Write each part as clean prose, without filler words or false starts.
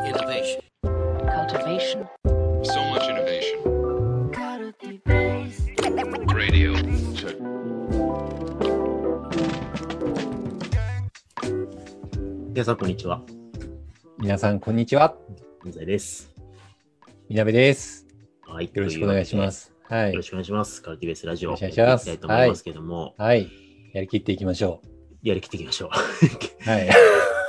Innovation. Cultivation. So much innovation. Radio. Check. 皆さんこんにちは。 皆さん、こんにちは。 安西です。 みなべです。 はい。 よろしくお願いします。はい。 よろしくお願いします。カルティベースラジオ。 よろしくお願いします。 やっていきたいと思いますけども。 はい。やりきっていきましょやりきっていきましょう。 う。はい。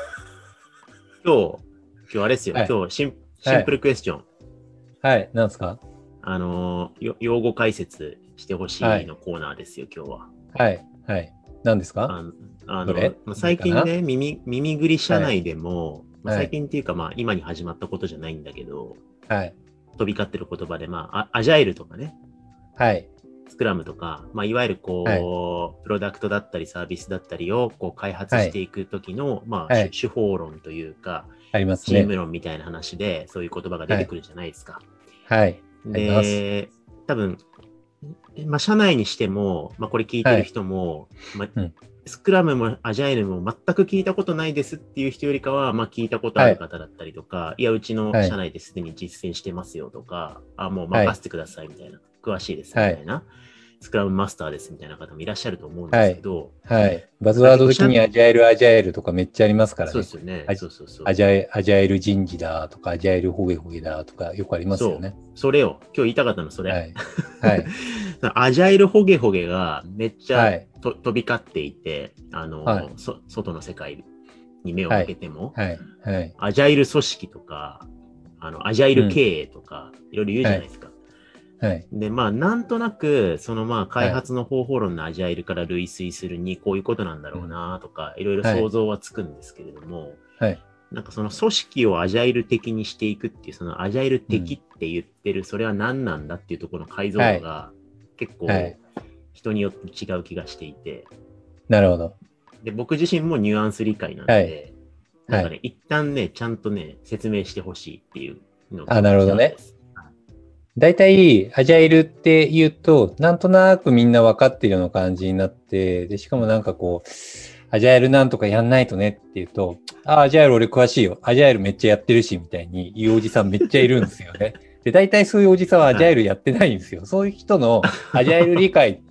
今日あれですよ。 はい今日シンプルクエスチョン。 はい。なんですか？ 用語解説してほしいのコーナーですよ、今日は。 はい。はい。何ですか？どれ最近ね、耳ぐり社内でも、 はい最近っていうか、今に始まったことじゃないんだけど、 はい。 飛び交ってる言葉で、アジャイルとかね、 はい。 スクラムとか、いわゆるプロダクトだったりサービスだったりを開発していくときの、 はい手法論というか、 ありますね。 チーム論みたいな話で、そういう言葉が出てくるじゃないですか。 はい。 で、多分、社内にしても、これ聞いてる人も、スクラムもアジャイルも全く聞いたことないですっていう人よりかは、聞いたことある方だったりとか、いや、うちの社内ですでに実践してますよとか、もう任せてくださいみたいな、詳しいですみたいな、スクラムマスターですみたいな方もいらっしゃると思うんですけど、 はい。バズワード的にアジャイルとかめっちゃありますからね。 そうですよね。 アジャイル人事だとか、アジャイルホゲホゲだとか、よくありますよね。 それを、今日言いたかったのそれ。 はい。はい。 アジャイルホゲホゲがめっちゃ飛び交っていて、外の世界に目を向けても、アジャイル組織とか、アジャイル経営とか、いろいろ言うじゃないですか。で、なんとなく、開発の方法論のアジャイルから類推するに、こういうことなんだろうなとか、いろいろ想像はつくんですけれども、なんかその組織をアジャイル的にしていくっていう、そのアジャイル的って言ってる、それは何なんだっていうところの解像度が結構人によって違う気がしていて。 なるほど。 で、僕自身もニュアンス理解なんで、なんかね、一旦ね、ちゃんとね、説明してほしいっていうのが。 なるほどね。大体、アジャイルって言うと、なんとなくみんな分かってるような感じになって、で、しかもなんかアジャイルなんとかやんないとねって言うと、アジャイル俺詳しいよ。アジャイルめっちゃやってるし、みたいに言うおじさんめっちゃいるんですよね。で、大体そういうおじさんはアジャイルやってないんですよ。そういう人のアジャイル理解って、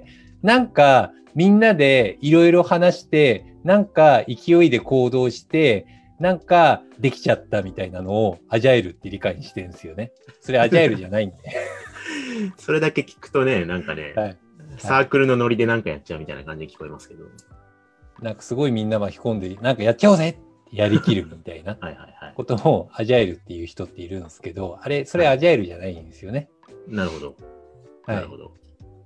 なんかみんなでいろいろ話して、なんか勢いで行動して、なんかできちゃったみたいなのをアジャイルって理解してるんですよね。それアジャイルじゃないんで。 それだけ聞くとね、なんかね、サークルのノリでなんかやっちゃうみたいな感じで聞こえますけど。 なんかすごいみんな巻き込んで、なんかやっちゃおうぜってやりきるみたいなことをアジャイルっていう人っているんですけど、それアジャイルじゃないんですよね。 なるほど。なるほど。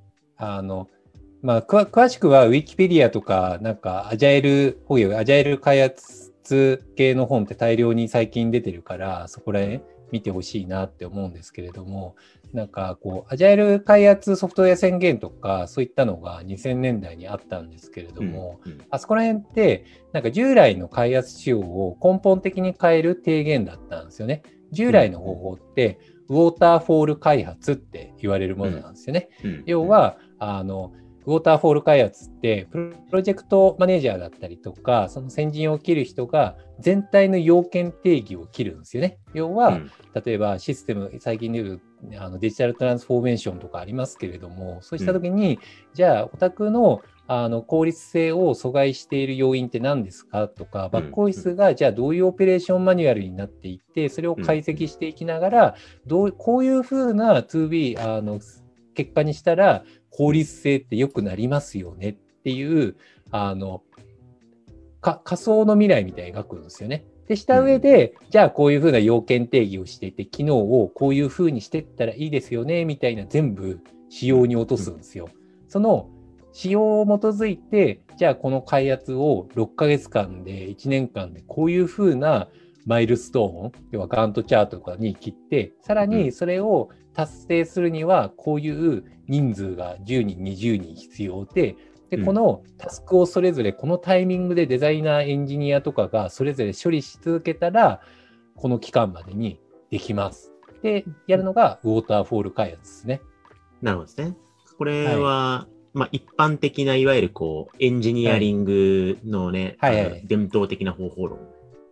詳しくはウィキペディアとか、なんかアジャイル開発系の本って大量に最近出てるから、そこら辺見てほしいなって思うんですけれども、なんかアジャイル開発ソフトウェア宣言とか、そういったのが2000年代にあったんですけれども、あそこら辺って、なんか従来の開発手法を根本的に変える提言だったんですよね。従来の方法って、ウォーターフォール開発って言われるものなんですよね。要は、ウォーターフォール開発ってプロジェクトマネージャーだったりとか、その先陣を切る人が全体の要件定義を切るんですよね。要は、例えばシステム、最近でいうデジタルトランスフォーメーションとかありますけれども、そうしたときに、じゃあお宅の効率性を阻害している要因って何ですかとか、バックオフィスがじゃあどういうオペレーションマニュアルになっていって、それを解析していきながら、こういうふうな 2B 結果にしたら効率性って良くなりますよねっていう仮想の未来みたいに描くんですよね。でした上で、じゃあこういうふうな要件定義をしていて、機能をこういうふうにしていったらいいですよねみたいな全部仕様に落とすんですよ。その仕様を基づいて、じゃあこの開発を6ヶ月間で1年間でこういうふうなマイルストーン、要はガントチャートとかに切って、さらにそれを達成するにはこういう人数が10人、20人必要で、このタスクをそれぞれこのタイミングでデザイナー、エンジニアとかがそれぞれ処理し続けたら、この期間までにできます。で、やるのがウォーターフォール開発ですね。 なるほどですね。これは、一般的ないわゆるエンジニアリングのね、伝統的な方法論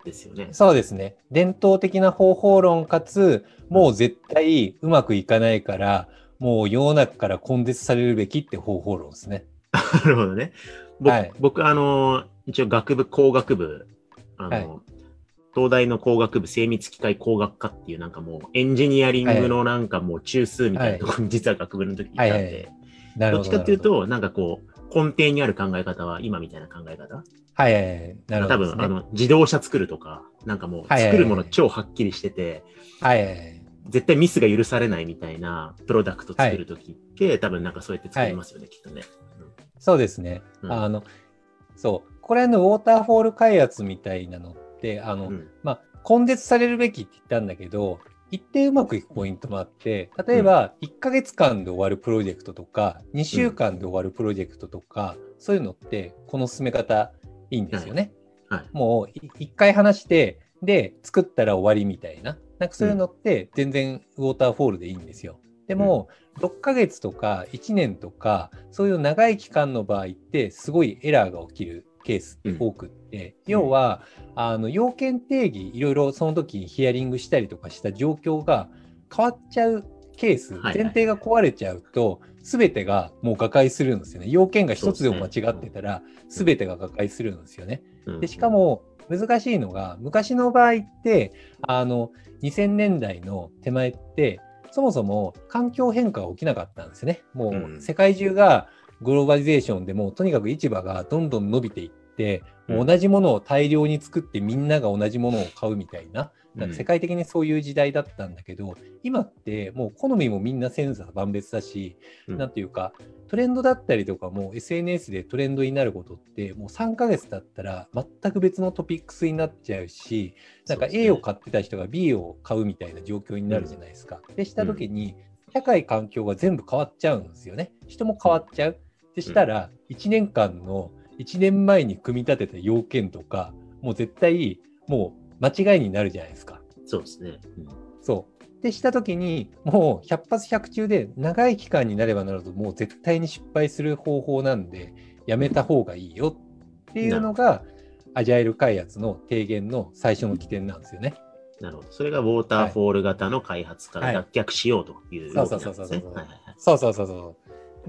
ですよね。 そうですね。伝統的な方法論かつ、もう絶対うまくいかないから、もう世の中から根絶されるべきって方法論ですね。 なるほどね。 はい。 僕、一応工学部、 はい。 東大の工学部精密機械工学科っていうなんかもうエンジニアリングのなんかもう中枢みたいなところに実は学部の時にいたんで、 なるほど、 どっちかなるほど。 っていうと、なんかこう、根底にある考え方は今みたいな考え方。 はいはいはい。なるほ多分、 どですね。 自動車作るとか、なんかもうはいは作るものい超はっきりしてて、 はいはいはい。 絶対ミスが許されないみたいなプロダクト作るときって、多分なんかそうやって作はい。 りますよね、きっとね。 そうですね。 うん。 そう。これのウォーターフォール開発みたいなのって、 うん。 根絶されるべきって言ったんだけど、一定うまくいくポイントもあって、例うん。 えば1ヶ月間で終わるプロジェクトとか、2週うん。 間で終わるプロジェクトとか、そういうのって、この進め方いいんではい。 すよね。 はい。 もう一回話して、で、作ったら終わりみたいな。なんかそういううん。 のって全然ウォーターフォールでいいんですよ。でうん。 も、6ヶ月とか1年とか、そういう長い期間の場合って、すごいエラーが起きるケースって多くって、要は、要件定義、いろいろその時ヒアリングしたりとかした状況が変わっちゃうケース、 はい。はい。 前提が壊れちゃうと、すべてがもう瓦解するんですよね。要件が一つでも間そうですね。 違ってたら、 うん。 すべてが瓦解するんですよね。 うん。うで、しかん。 も難しいのが、昔の場合って、2000年代の手前って、そもそも環境変化が起きなかったんですよね。もう世界中がグローバリゼーションでもうとにかく市場がどんどん伸びていって、もう同じものを大量に作ってみんなが同じものを買うみたいな、なんか世界的にそういう時代だったんだけど、今ってもう好みもみんな千差万別だし、 うん。 なんていうか、トレンドだったりとかも SNS でトレンドになることってもう3ヶ月経ったら全く別のトピックスになっちゃうし、なんかそうです A をね。 買ってた人が B を買うみたいな状況になるじうん。 ゃないですか。でしたうん。 時に社会環境が全部変わっちゃうんですよね。人も変わっちゃう。でうん。 したら1年間の1年前に組み立てた要件とかもう絶対もう間違いになるじゃないですか。 そうですね。うん。 そう。でしたときに、もう100発100中で長い期間になればなると、もう絶対に失敗する方法なんで、やめた方がいいよっていうなるほど。 のが、アジャイル開発の提言の最初の起点なんですよね。 なるほど。それがウォーターはい。 フォール型の開発からはい。 脱却しようという動そうそうきなんですね。 そうそうそう。 はいはいはい。 そうそうそうそう。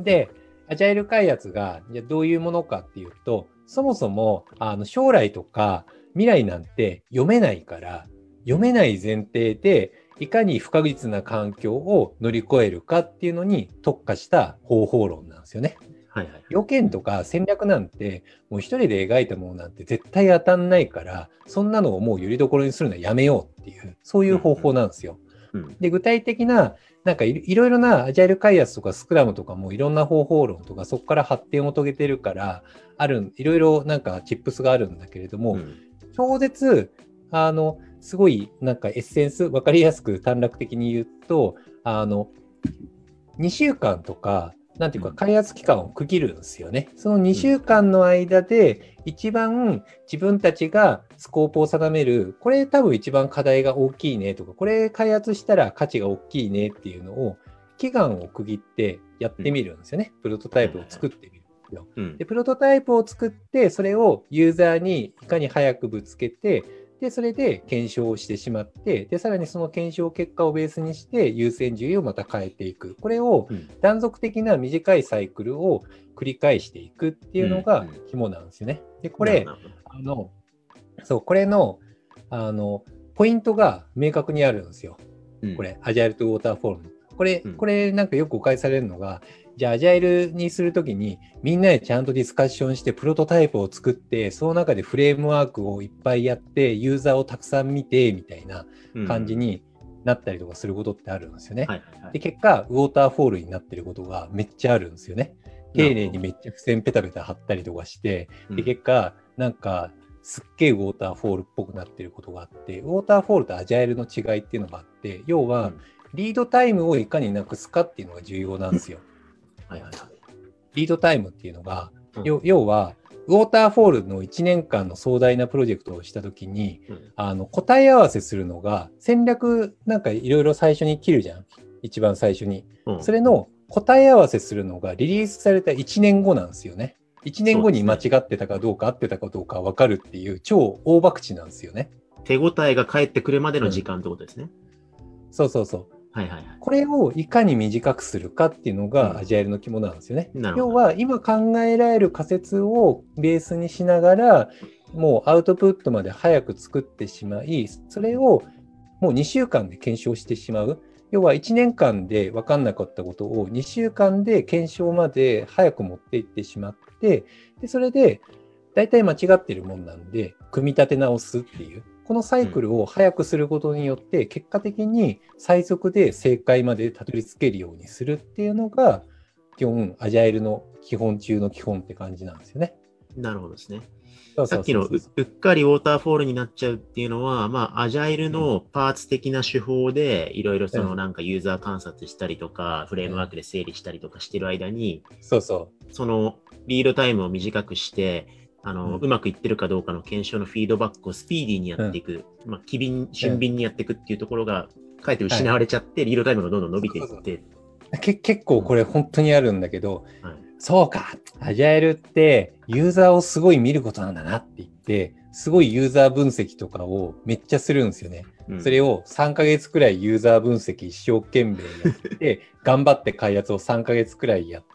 で、アジャイル開発がじゃあどういうものかっていうと、そもそも将来とか未来なんて読めないから、読めない前提で、いかに不確実な環境を乗り越えるかっていうのに特化した方法論なんですよね。 はいはいはい。 要件とか戦略なんて、もう一人で描いたものなんて絶対当たんないから、そんなのをもうよりどころにするのはやめようっていう、そういう方法なんですよ。 うん。 で、具体的な、なんかいろいろなアジャイル開発とかスクラムとかもいろんな方法論とかそこから発展を遂げてるから、いろいろなんかチップスがあるんだけれども、 うん。 超絶、すごいなんかエッセンス、わかりやすく短絡的に言うと、2週間とか、なんていうか開発期間を区切るんですよね。その2週間の間で一番自分たちがスコープを定める、これ多分一番課題が大きいねとか、これ開発したら価値が大きいねっていうのを期間を区切ってやってみるんですよね。プロトタイプを作ってみるんですよ。で、プロトタイプを作って、それをユーザーにいかに早くぶつけて、で、それで検証をしてしまって、で、さらにその検証結果をベースにして優先順位をまた変えていく。これを断続的な短いサイクルを繰り返していくっていうのが肝なんですよね。で、これ、そう、これの、ポイントが明確にあるんですよ。これ、アジャイルとウォーターフォールの。これなんかよく誤解されるのが、じゃあアジャイルにするときにみんなでちゃんとディスカッションしてプロトタイプを作って、その中でフレームワークをいっぱいやってユーザーをたくさん見てみたいな感じになったりとかすることってあるんですよね。で、結果ウォーターフォールになってることがめっちゃあるんですよね。丁寧にめっちゃ付箋ペタペタ貼ったりとかして、で、結果なんかすっげえウォーターフォールっぽくなってることがあって、ウォーターフォールとアジャイルの違いっていうのがあって、要はリードタイムをいかになくすかっていうのが重要なんですよ。リードタイムっていうのが、要は、ウォーターフォールの1年間の壮大なプロジェクトをしたときに、答え合わせするのが、戦略なんかいろいろ最初に切るじゃん。一番最初に。それの答え合わせするのがリリースされた1年後なんですよね。1年後に間違ってたかどうか合ってたかどうか分かるっていう超大博打なんですよね。 手応えが返ってくるまでの時間ってことですね。 そうそうそう。 はいはいはい。 これをいかに短くするかっていうのがアジャイルの肝なんですよね。 なるほど。 要は今考えられる仮説をベースにしながら、もうアウトプットまで早く作ってしまい、それをもう2週間で検証してしまう。要は1年間で分かんなかったことを2週間で検証まで早く持っていってしまって、でそれで大体間違ってるもんなんで、組み立て直すっていう。このサイクルを早くすることによって、結果的に最速で正解までたどり着けるようにするっていうのが、基本、アジャイルの基本中の基本って感じなんですよね。 なるほどですね。 そうさっきのうっかりウォーターフォールになっちゃうっていうのは、まあ、アジャイルのパーツ的な手法で、いろいろそのなんかユーザー観察したりとか、フレームワークで整理したりとかしてる間に、そのリードタイムを短くして、うまくいってるかどうかの検証のフィードバックをスピーディーにやっていく、まあ、俊敏にやっていくっていうところが、かえって失われちゃって、リードタイムがどんどん伸びていって。 結構これ本当にあるんだけど、そうか、アジャイルってユーザーをすごい見ることなんだなって言って、すごいユーザー分析とかをめっちゃするんですよね。それを3ヶ月くらいユーザー分析一生懸命やって、頑張って開発を3ヶ月くらいやって、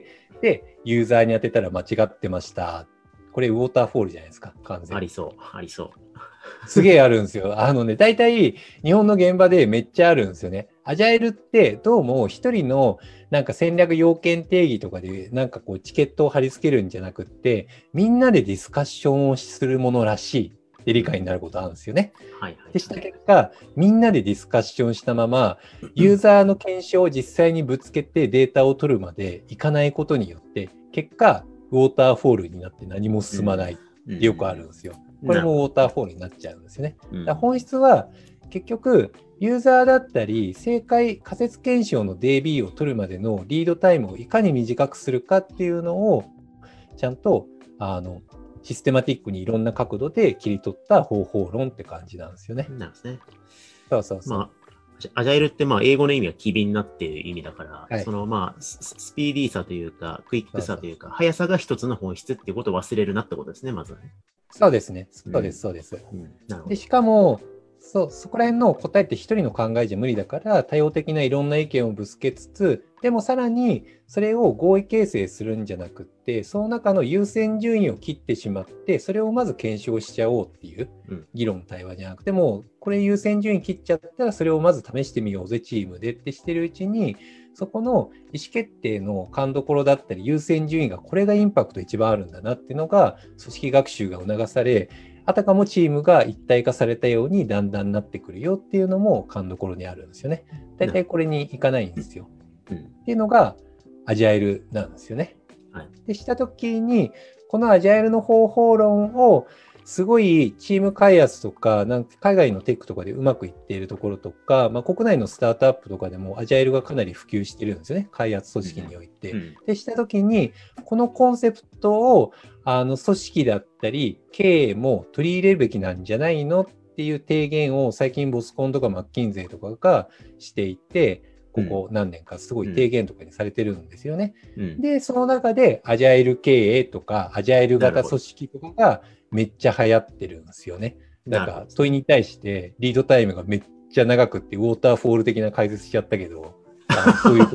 で、ユーザーに当てたら間違ってました。これウォーターフォールじゃないですか、完全に。 ありそう、ありそう。 すげえあるんですよ。大体日本の現場でめっちゃあるんですよね。アジャイルってどうも一人のなんか戦略要件定義とかでなんかこうチケットを貼り付けるんじゃなくって、みんなでディスカッションをするものらしいって理解になることあるんですよね。でした結果、みんなでディスカッションしたまま、ユーザーの検証を実際にぶつけてデータを取るまでいかないことによって、結果、ウォーターフォールになって何も進まないってよくあるんですよ。これもウォーターフォールになっちゃうんですよね。だ本質は結局ユーザーだったり正解仮説検証の DB を取るまでのリードタイムをいかに短くするかっていうのをちゃんとシステマティックにいろんな角度で切り取った方法論って感じなんですよね。 なんですね。 そうそうそう。 まあ、アジャイルってまあ英語の意味は機敏なっていう意味だから、はい、そのまあスピーディーさというかクイックさというか速さが一つの本質っていうことを忘れるなってことですね、まずはね。 そうですね。そうです、そうです。で、しかも、そこら辺の答えって一人の考えじゃ無理だから、多様的ないろんな意見をぶつけつつ、でもさらにそれを合意形成するんじゃなくって、その中の優先順位を切ってしまって、それをまず検証しちゃおうっていう議論対話じゃなくても、これ優先順位切っちゃったら、それをまず試してみようぜ、チームでってしてるうちに、そこの意思決定の勘どころだったり優先順位がこれがインパクト一番あるんだなっていうのが組織学習が促され、あたかもチームが一体化されたようにだんだんなってくるよっていうのも勘どころにあるんですよね。だいたいこれにいかないんですよ。っていうのがアジャイルなんですよね。でしたときにこのアジャイルの方法論をすごいチーム開発とか、なんか海外のテックとかでうまくいっているところとか、まあ、国内のスタートアップとかでもアジャイルがかなり普及してるんですよね。開発組織において。でしたときに、このコンセプトを組織だったり、経営も取り入れるべきなんじゃないのっていう提言を最近ボスコンとかマッキンゼーとかがしていて、ここ何年かすごい提言とかにされてるんですよね。で、その中でアジャイル経営とかアジャイル型組織とかがめっちゃ流行ってるんですよね。なんか問いに対してリードタイムがめっちゃ長くってウォーターフォール的な解説しちゃったけど、そういうこと。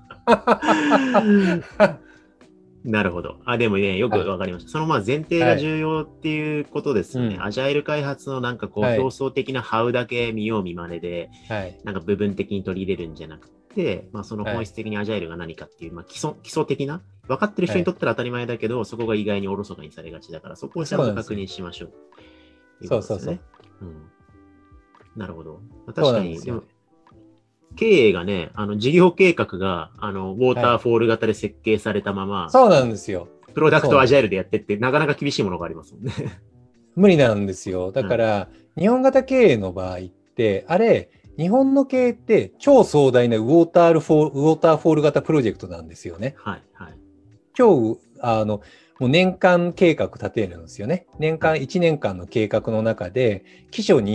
なるほど。でもね、よくわかりました。そのまあ前提が重要っていうことですよね。アジャイル開発のなんかこう、表層的なハウだけ見よう見まねで、なんか部分的に取り入れるんじゃなくて、まあその本質的にアジャイルが何かっていう、まあ基礎的な、分かってる人にとったら当たり前だけど、そこが意外におろそかにされがちだから、そこをちゃんと確認しましょう。 そうそうそう。 なるほど。確かに、でも経営がね、事業計画が、ウォーターフォール型で設計されたまま、 そうなんですよ。 プロダクトアジャイルでやってって、なかなか厳しいものがありますもんね。 無理なんですよ。だから、日本型経営の場合って、日本の経営って超壮大なウォーターフォール型プロジェクトなんですよね。超、もう年間計画立てるんですよね。年間1年間の計画の中で、期初に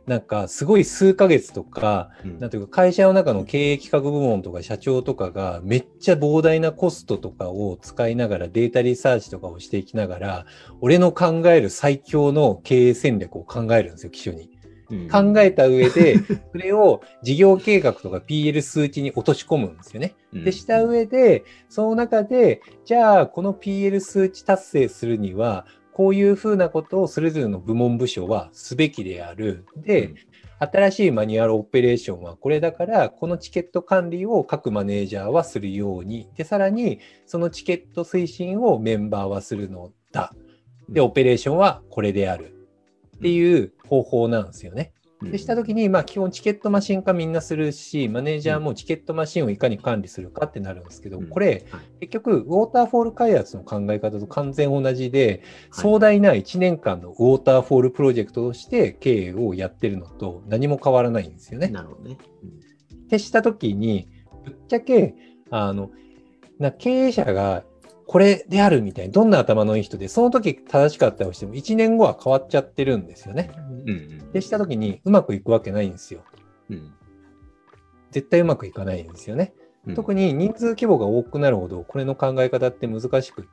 なんかすごい数ヶ月とか、なんていうか会社の中の経営企画部門とか社長とかがめっちゃ膨大なコストとかを使いながらデータリサーチとかをしていきながら、俺の考える最強の経営戦略を考えるんですよ、基礎に。考えた上で、それを事業計画とか PL 数値に落とし込むんですよね。で、した上で、その中で、じゃあ、この PL 数値達成するには、こういうふうなことをそれぞれの部門部署はすべきである。で、新しいマニュアルオペレーションはこれだから、このチケット管理を各マネージャーはするように。で、さらに、そのチケット推進をメンバーはするのだ。で、オペレーションはこれである。っていう方法なんですよね。でしたときに、基本チケットマシン化みんなするし、マネージャーもチケットマシンをいかに管理するかってなるんですけど、これ、結局、ウォーターフォール開発の考え方と完全同じで、壮大な1年間のウォーターフォールプロジェクトとして経営をやってるのと何も変わらないんですよね。 なるほどね。 ってしたときに、ぶっちゃけ、経営者が、これであるみたいに、どんな頭のいい人で、その時正しかったとしても、1年後は変わっちゃってるんですよね。でした時に、うまくいくわけないんですよ。絶対うまくいかないんですよね。特に人数規模が多くなるほど、これの考え方って難しくって、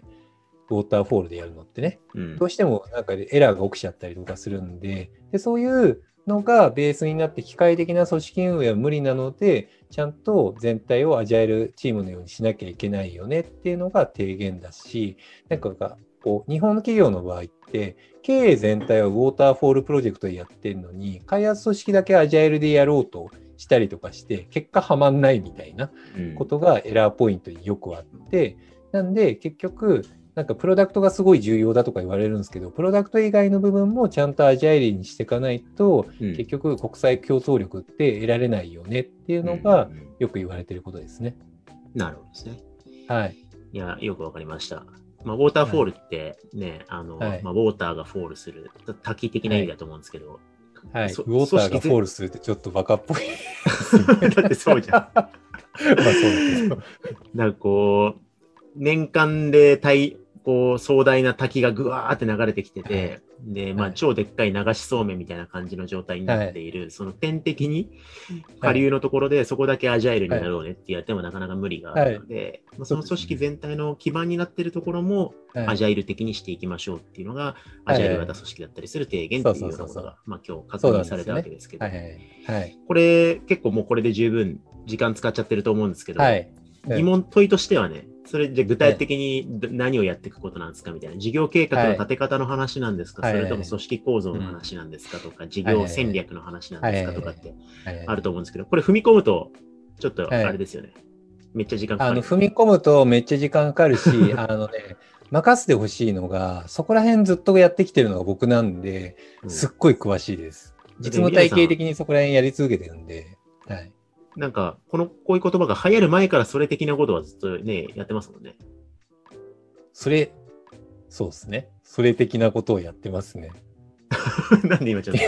ウォーターフォールでやるのってね、どうしてもなんかエラーが起きちゃったりとかするんで、そういうのがベースになって機械的な組織運営は無理なので、ちゃんと全体をアジャイルチームのようにしなきゃいけないよねっていうのが提言だし、なんか日本の企業の場合って、経営全体はウォーターフォールプロジェクトでやってるのに、開発組織だけアジャイルでやろうとしたりとかして、結果はまんないみたいなことがエラーポイントによくあって、なんで結局、なんかプロダクトがすごい重要だとか言われるんですけど、プロダクト以外の部分もちゃんとアジャイルにしていかないと、結局国際競争力って得られないよねっていうのがよく言われていることですね。 なるほどですね。 はい。 いや、よくわかりました。ウォーターフォールってね、ウォーターがフォールする、滝的な意味だと思うんですけど、 はい。ウォーターがフォールするってちょっとバカっぽい。 だってそうじゃん。 そうだけど。 なんか年間で壮大な滝がぐわーって流れてきてて、で、超でっかい流しそうめんみたいな感じの状態になっている、その点滴に下流のところでそこだけアジャイルになろうねってやってもなかなか無理があるので、その組織全体の基盤になっているところもアジャイル的にしていきましょうっていうのが、アジャイル型組織だったりする提言っていうようなことが、今日確認されたわけですけど、これ結構もうこれで十分時間使っちゃってると思うんですけど、問いとしてはね、それじゃ具体的に何をやっていくことなんですかみたいな、事業計画の立て方の話なんですか、それとも組織構造の話なんですかとか、事業戦略の話なんですかとかってあると思うんですけど、これ踏み込むとちょっとあれですよね。めっちゃ時間かかる。 踏み込むとめっちゃ時間かかるし、任せてほしいのが、そこら辺ずっとやってきてるのが僕なんで、すっごい詳しいです。実務体系的にそこら辺やり続けてるんで。はい。 なんか、こういう言葉が流行る前からそれ的なことはずっとね、やってますもんね。 そうですね。それ的なことをやってますね。 なんで今ちょっと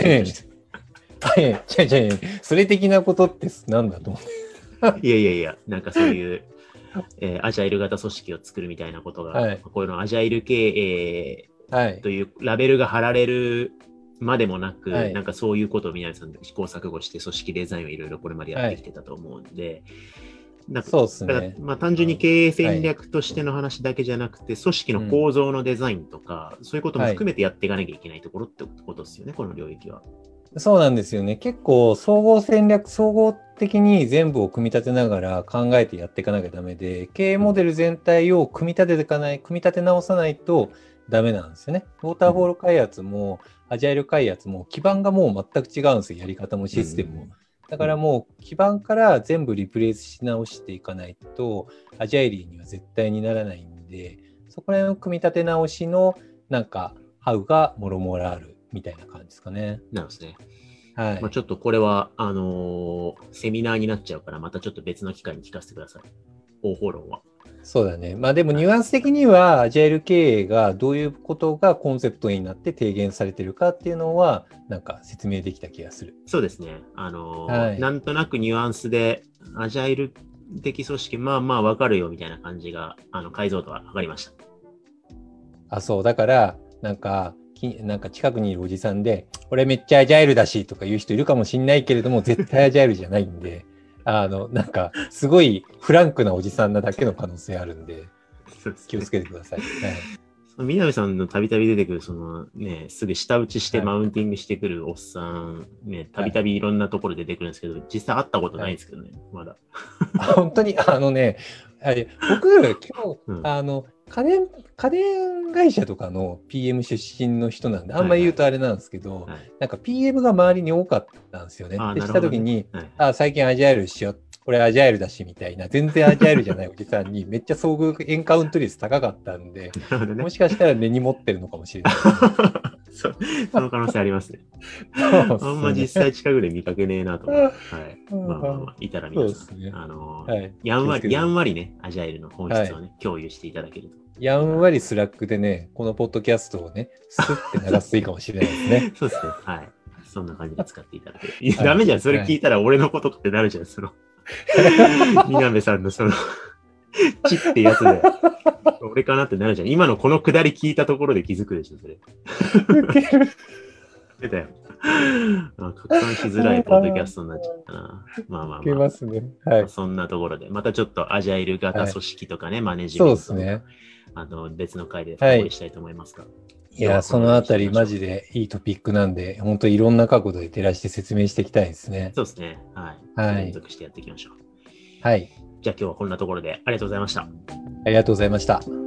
それ的なことって何だと思ういや、なんかそういう、アジャイル型組織を作るみたいなことが、こういうのアジャイル経営というラベルが貼られるまでもなく、なんかそういうことを皆さん試行錯誤して組織デザインをいろいろこれまでやってきてたと思うんで、なんかそうですね。 単純に経営戦略としての話だけじゃなくて、組織の構造のデザインとか、そういうことも含めてやっていかなきゃいけないところってことですよね、この領域は。 そうなんですよね。結構総合的に全部を組み立てながら考えてやっていかなきゃダメで、経営モデル全体を組み立て直さないとダメなんですよね。ウォーターフォール開発も、アジャイル開発も基盤がもう全く違うんですよ。やり方もシステムも。だからもう基盤から全部リプレイスし直していかないと、アジャイルには絶対にならないんで、そこら辺の組み立て直しのなんか、ハウがもろもろあるみたいな感じですかね。 なんですね。 はい。 ちょっとこれは、セミナーになっちゃうから、またちょっと別の機会に聞かせてください。方法論は。 そうだね。でもニュアンス的には、アジャイル経営がどういうことがコンセプトになって提言されているかっていうのは、なんか説明できた気がする。 そうですね。なんとなくニュアンスで、アジャイル的組織、わかるよみたいな感じが、解像度は上がりました。 そう。だから、なんか、 なんか近くにいるおじさんで、俺めっちゃアジャイルだしとか言う人いるかもしれないけれども、絶対アジャイルじゃないんで、なんかすごいフランクなおじさんなだけの可能性あるんで、気をつけてください。はい南さんのたびたび出てくる、そのね、すぐ下打ちしてマウンティングしてくるおっさん、ね、たびたびいろんなところで出てくるんですけど、実際会ったことないんですけどね、まだ。 本当に、僕、今日、家電会社とかの PM 出身の人なんで、あんまり言うとあれなんですけど、なんか PM が周りに多かったんですよね。で、したときに、最近アジャイルしよう。これアジャイルだしみたいな、全然アジャイルじゃないおじさんにめっちゃ遭遇エンカウント率高かったんで、もしかしたら根に持ってるのかもしれない、 その可能性ありますね。あんま実際近くで見かけねえなと思って。はい。いたら皆さん、やんわりね、アジャイルの本質をね、共有していただけると。 やんわりスラックでね、このポッドキャストをね、スッて流すといいかもしれないですね。 そうですね。はい。そんな感じで使っていただける。いや、ダメじゃん。それ聞いたら俺のことってなるじゃん。南さんのその、チってやつで、俺かなってなるじゃん。今のこのくだり聞いたところで気づくでしょ、それ。 ウケる。 出たよ。拡散しづらいポッドキャストになっちゃったな。まあ。 受けますね。はい。 そんなところで、またちょっとアジャイル型組織とかね、マネジメントとか、 そうですね。 別の回で深掘りしたいと思いますが。 いや、そのあたりマジでいいトピックなんで、本当いろんな角度で照らして説明していきたいですね。 そうですね。はい。連続してやっていきましょう。 はい。 じゃあ今日はこんなところでありがとうございました。 ありがとうございました。